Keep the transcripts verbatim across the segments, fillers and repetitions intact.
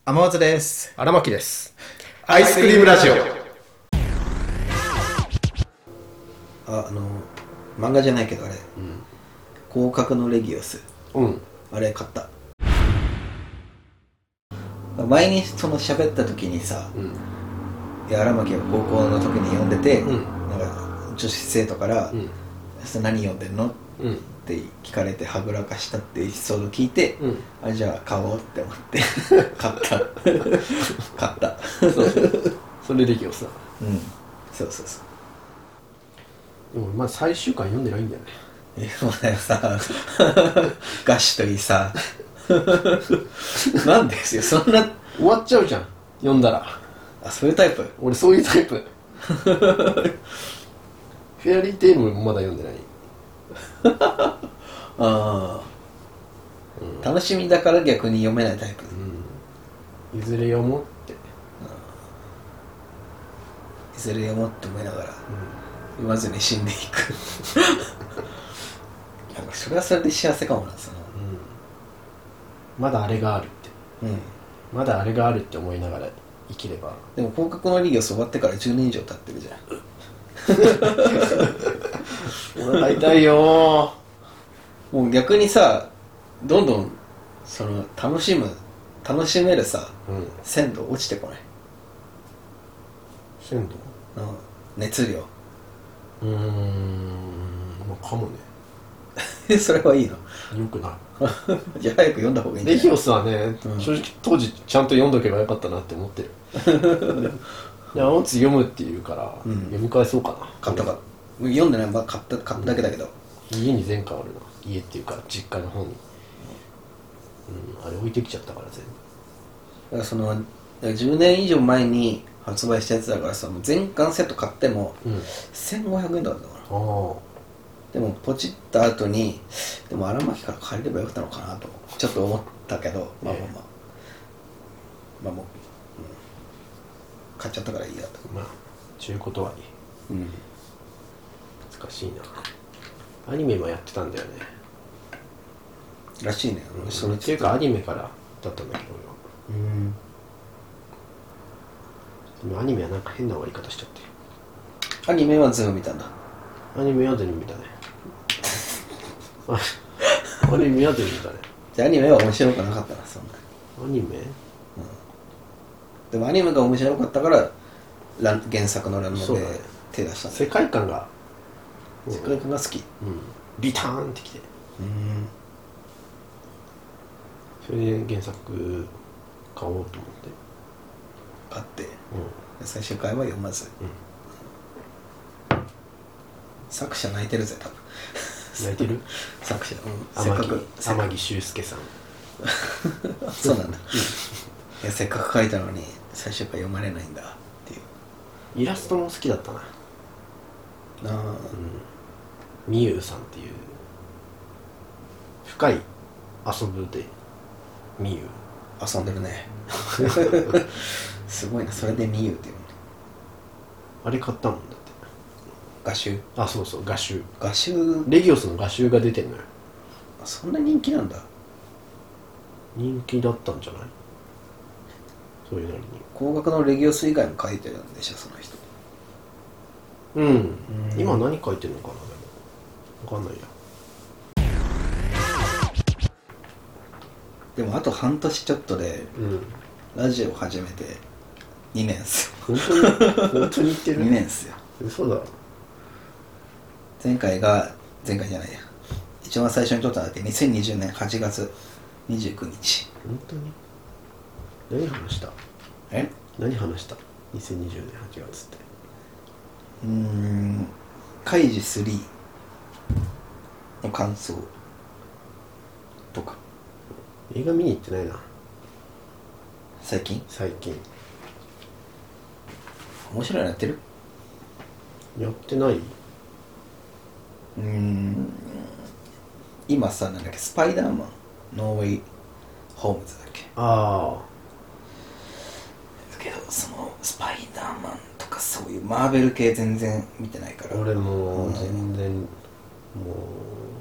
天松です。 荒牧です。 アイスクリームラジオ。 あ、あの漫画じゃないけどあれ、うん、広角のレギオス、うん、あれ買った。前にその喋った時にさ、うん、いや荒牧が高校の時に読んでて、うん、なんか女子生徒から、うん、何読んでんの、うん、って聞かれてはぐらかしたってエピソード聞いて、うん、あじゃあ買おうって思って買った買ったそうそうそれレギオスだ。 うんそうそうそう。 でもまあ最終巻読んでないんだよね。 えそうだよさガッシュといいさなんですよそんな終わっちゃうじゃん読んだら。 あそういうタイプ。 俺そういうタイプフェアリーテールもまだ読んでないああ、うん、楽しみだから逆に読めないタイプ、 うん、いずれ読もうって、 いずれ読もうって思いながら、うん、読まずに死んでいくなんかそれはそれで幸せかもなその、 うん、まだあれがあるって、うん、まだあれがあるって思いながら生きれば。 でも広角のリギオス終わってからじゅうねん以上経ってるじゃんお腹痛いよもう逆にさどんどんその楽しむ楽しめるさ、うん、鮮度落ちてこない。 鮮度、 うん、熱量うーんまあかもねそれはいいのよくないじゃあ早く読んだ方がいいんじゃない。 レギオスはね、うん、正直当時ちゃんと読んどけばよかったなって思ってるいや、あの次読むって言うから、うん、読み返そうかな。 買ったか読んでない、まあ、買った買っただけだけど、 うん、家に全巻あるな。家っていうか実家の方に、うん、あれ置いてきちゃったから全部。 だからそのじゅうねん以上前に発売したやつだからさ、もう全巻セット買っても、うん、せんごひゃくえんだったから。でもポチった後にでも荒牧から借りればよかったのかなとちょっと思ったけど、まあまあまあ、えー、まあもう、うん、買っちゃったからいいやと。 まあ中古とはいい、うん、難しいな。アニメもやってたんだよね。 らしいね、 うん、それっていうかアニメからだったんだけど俺は。うん。でもアニメはなんか変な終わり方しちゃって。 アニメは全部見たんだ。 アニメは全部見たねアニメは全部見たね。 じゃあアニメは面白くなかったなそんな。 アニメ、うん、 でもアニメが面白かったから原作のラノベ手出したんだ。 世界観が世界観が好き、うん、 リターンってきて、うんそれで原作買おうと思って買って、うん、最終回は読まず、うん、作者泣いてるぜ多分泣いてる作者、うん、 せっかく天城修介さんそうなんだ、うん、いやせっかく書いたのに最終回読まれないんだっていう。 イラストも好きだったな。ああ、うん、みゆうさんっていう深い遊ぶでみゆう遊んでるねすごいな。それでみゆうっていうの。 あれ買ったもんだって。 画集。 あそうそう画集。 画集レギオスの画集が出てんのよ。 そんな人気なんだ。 人気だったんじゃない。そういうなりに高額のレギオス以外も書いてるんでしょその人。 うん、うん、今何書いてるのかな。でも分かんないや。 でもあと半年ちょっとで、うん、ラジオ始めてにねんっすよ。本当に本当に言ってる。 にねんっすよ。 嘘だ。 前回が前回じゃないや一番最初に撮ったのだってにせんにじゅうねんはちがつにじゅうくにち。 本当に何話した。 え何話したにせんにじゅうねんはちがつって。 うーんカイジスリーの感想とか。 映画見に行ってないな最近。 最近面白いのやってる。 やってない。 うーん今さなんだっけスパイダーマンノーウェイホームズだっけ。ああだけどそのスパイダーマンとかそういうマーベル系全然見てないから。 俺もう全然、うん、も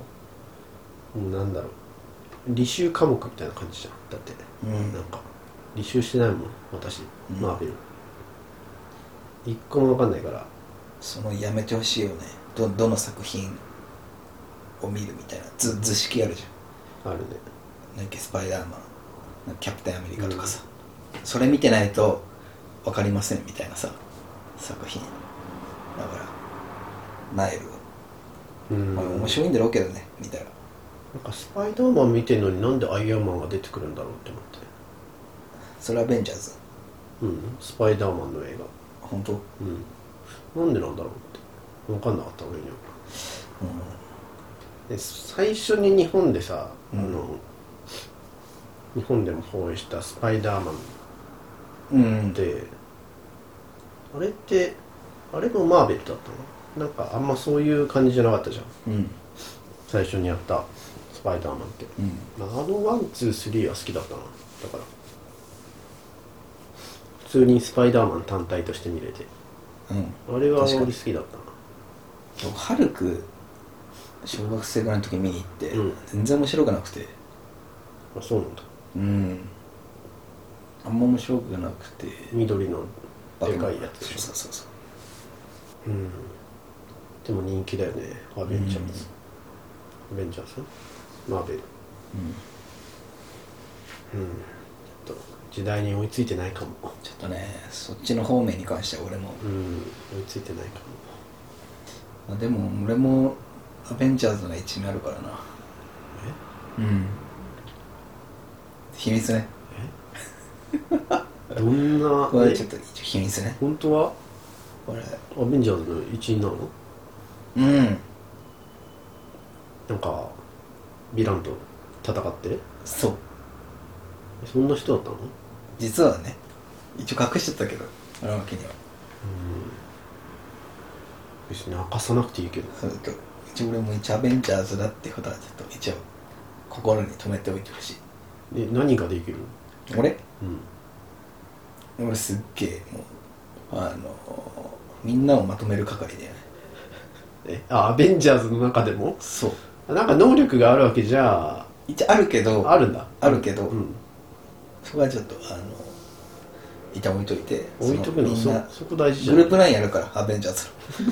うもうなんだろう履修科目みたいな感じじゃんだって、うん、なんか履修してないもん私、 うんマーベル一個も分かんないから。 そのやめてほしいよね。どどの作品を見るみたいな図図式あるじあるね。 ゃん。なんかスパイダーマン、なんかキャプテンアメリカとかさ、うん、それ見てないと分かりませんみたいなさ作品だからナイルうん、 まあ、面白いんだろうけどねみたいな。 なんかスパイダーマン見てんのになんでアイアンマンが出てくるんだろうって思って。 それはアベンジャーズ。 うんスパイダーマンの映画。 本当？ うんなんでなんだろうって分かんなかった俺には、うん、で最初に日本でさ、うん、あの日本でも放映したスパイダーマンって、うん、あれってあれもマーベルだったの？なんかあんまそういう感じじゃなかったじゃん、うん、最初にやったスパイダーマンって、うん、あのワンツースリーは好きだったな。だから普通にスパイダーマン単体として見れて、うん、あれは俺好きだったな。 ハルク小学生ぐらいの時見に行って、うん、全然面白くなくて。 あそうなんだ。 うんあんま面白くなくて。 緑のでかいやつでしょ。 そうそうそううん。でも人気だよねアベンジャーズ、うん、アベンジャーズマーベルうん、うん、ちょっと時代に追いついてないかも。 ちょっとねそっちの方面に関しては俺もうん追いついてないかも。でも俺もアベンジャーズの一面あるからな。えうん秘密ね。 えどんなこれちょっと秘密ね。 本当はこれアベンジャーズの一員なの？ うんなんかヴィランと戦って？ そうそんな人だったの？ 実はね一応隠しちゃったけど荒牧には。 うん別に明かさなくていいけど。 そうだけど一応俺も一アベンジャーズだってことはちょっと一応心に留めておいてほしい。 え何ができるの？俺？ うん。 俺すっげえもうあのみんなをまとめる係だよね。 えあアベンジャーズの中でも？ そうなんか能力があるわけじゃ一応あるけどあるんだあるけど、 うん、 そこはちょっとあの一旦置いといて。 置いとくの？そそこ大事じゃん。 グループラインやるからアベンジャー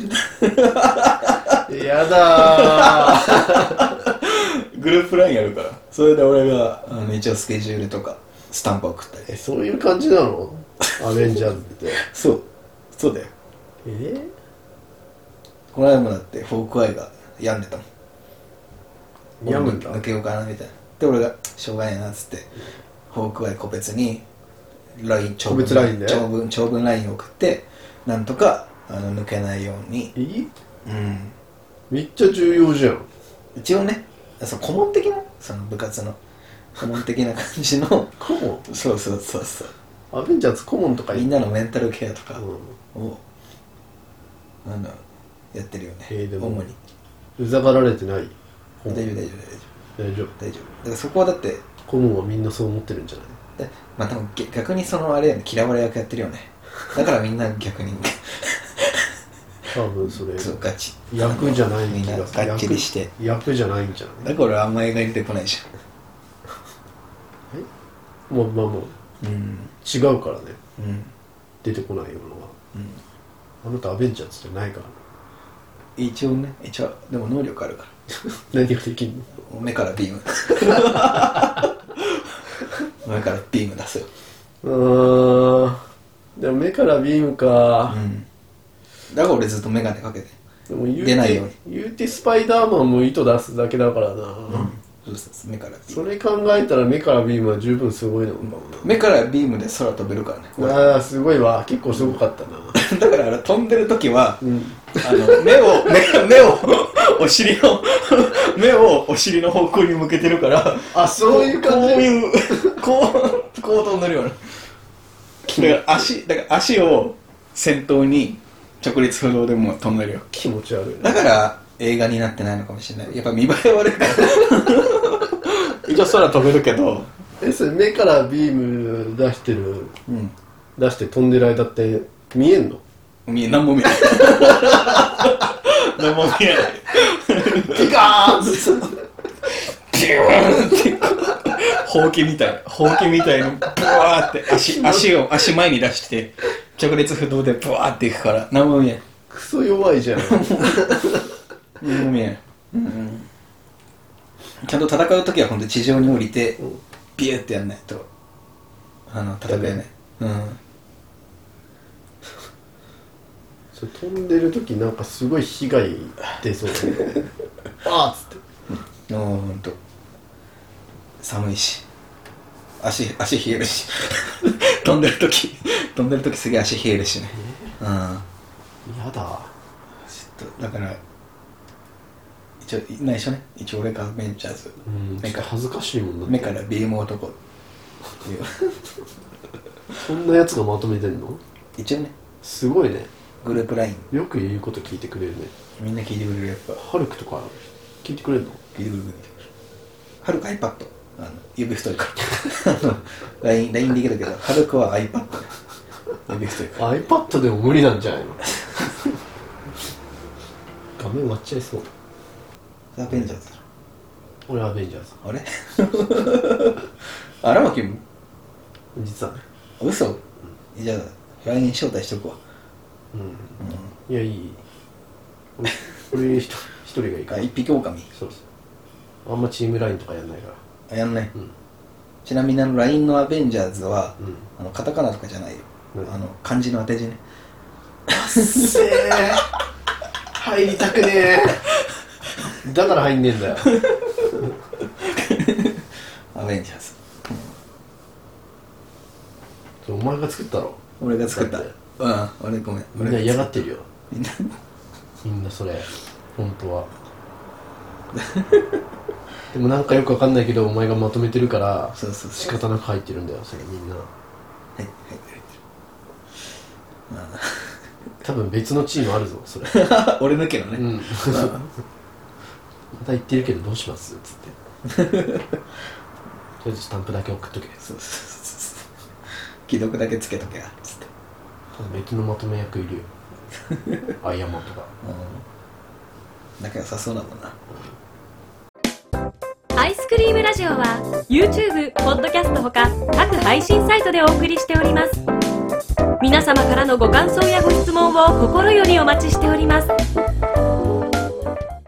ズやだーグループラインやるからそれで俺があの一応スケジュールとかスタンプ送ったり。 えそういう感じなのアベンジャーズってそうそうだよ。 えー、 この間もだってフォークアイが病んでたもん。 病むんだ。 抜けようかなみたいな。で俺がしょうがないなっつって、うん、フォークアイ個別にライン長文個別ラインで長文長文ラインを送ってなんとかあの抜けないように。 えー、 うんめっちゃ重要じゃん。 一応ねその顧問的なその部活の顧問的な感じの顧問そうそうそうそうアベンジャーズ顧問とかみんなのメンタルケアとかを、 うん、 なんだやってるよね、 えー、でも主にうざがられてない？ 大丈夫大丈夫大丈夫大丈夫大丈夫だからそこはだって顧問はみんなそう思ってるんじゃない？ でまあ多分逆にそのあれやね嫌われ役やってるよねだからみんな逆に多分それそうガチ役じゃないみんながっちりして役じゃないんじゃない？ だから俺あんま映画入れてこないじゃんえもうまあもう、うん、違うからね、うん、出てこないようなのは、うん、あなたアベンジャーズじゃないから、 ね、一応ね一応でも能力あるから何ができんの？ 目からビーム目からビーム出すよ。 うーんでも目からビームか、うんだから俺ずっとメガネかけてでも言う出ないように言うてスパイダーマンも糸出すだけだからな、うん、 そうそう目からビームそれ考えたら目からビームは十分すごいのかもな。 目からビームで空飛べるからね。 ああすごいわ結構すごかったなだからあれ飛んでる時は、うん、あの目を目目をお尻の目をお尻の方向に向けてるからあそういう感じこういうこうこう飛んでるようなだから足だから足を先頭に直立不動でも飛んでるよ。 気持ち悪い、ね、 だから映画になってないのかもしれない。やっぱ見栄え悪いから一応空飛べるけどえそれ目からビーム出してる、うん、出して飛んでる間って見えんの？ 見え何も見えない何も見えないピカーンってピューンってほうきみたいほうきみたいにブワーって足足を足前に出して直列不動でブワーっていくから何も見えん。 クソ弱いじゃん。 何も見えん、うん、ちゃんと戦うときはほんと地上に降りてビューってやんないとあの戦えない。うん。 それ飛んでるときなんかすごい被害出そうだね。あーっつって。 もうほんと寒いし足足冷えるし飛んでるとき飛んでるときすげえ足冷えるしね。うん。 やだ。 ちょっとだから一応内緒ね。一応俺がベンチャーズ。 うん。ちょっと恥ずかしいもんな。 目からビーム男。 そんなやつがまとめてんの？ 一応ね。 すごいね。 グループライン。 よく言うこと聞いてくれるね。 みんな聞いてくれるやっぱ。 ハルクとか聞いてくれるの？ 聞いてくれる。ハルク iPad。あの指太いから。ライン ライン できるけど、ハルクは iPad。指太いから。 iPad でも無理なんじゃないの？画面割っちゃいそう。 アベンジャーズだろ。 俺アベンジャーズ。 あれ？荒牧も実はね。 嘘？うん、じゃあ来年招待しとくわ。 うん。うん、いやいい。俺一人がいいから。 一匹狼。 そうそう。あんまチームラインとかやんないから。 あ、やんない。 うん、 ちなみにあの ライン のアベンジャーズは、 うん、 あのカタカナとかじゃないよ。 うん、 あの漢字の当て字ね。 せー。入りたくねえ。だから入んねえんだよ。 アベンジャーズ。 お前が作ったろ。 俺が作った。うん、俺ごめん。 みんな嫌がってるよ。 みんなみんなそれ本当は。でもなんかよくわかんないけどお前がまとめてるからそうそうそう仕方なく入ってるんだよそれみんな。 はいはい入ってる。 多分別のチームあるぞそれ。 俺抜けのね。うん。また言ってるけどどうしますっつって。とりあえずスタンプだけ送っとけ。 そうそうそう。既読だけつけとけやつって。 別のまとめ役いるよ。アイアンマンとか。 うん。仲良さそうだもんな。 アイスクリームラジオは YouTube、ポッドキャストほか各配信サイトでお送りしております。皆様からのご感想やご質問を心よりお待ちしております。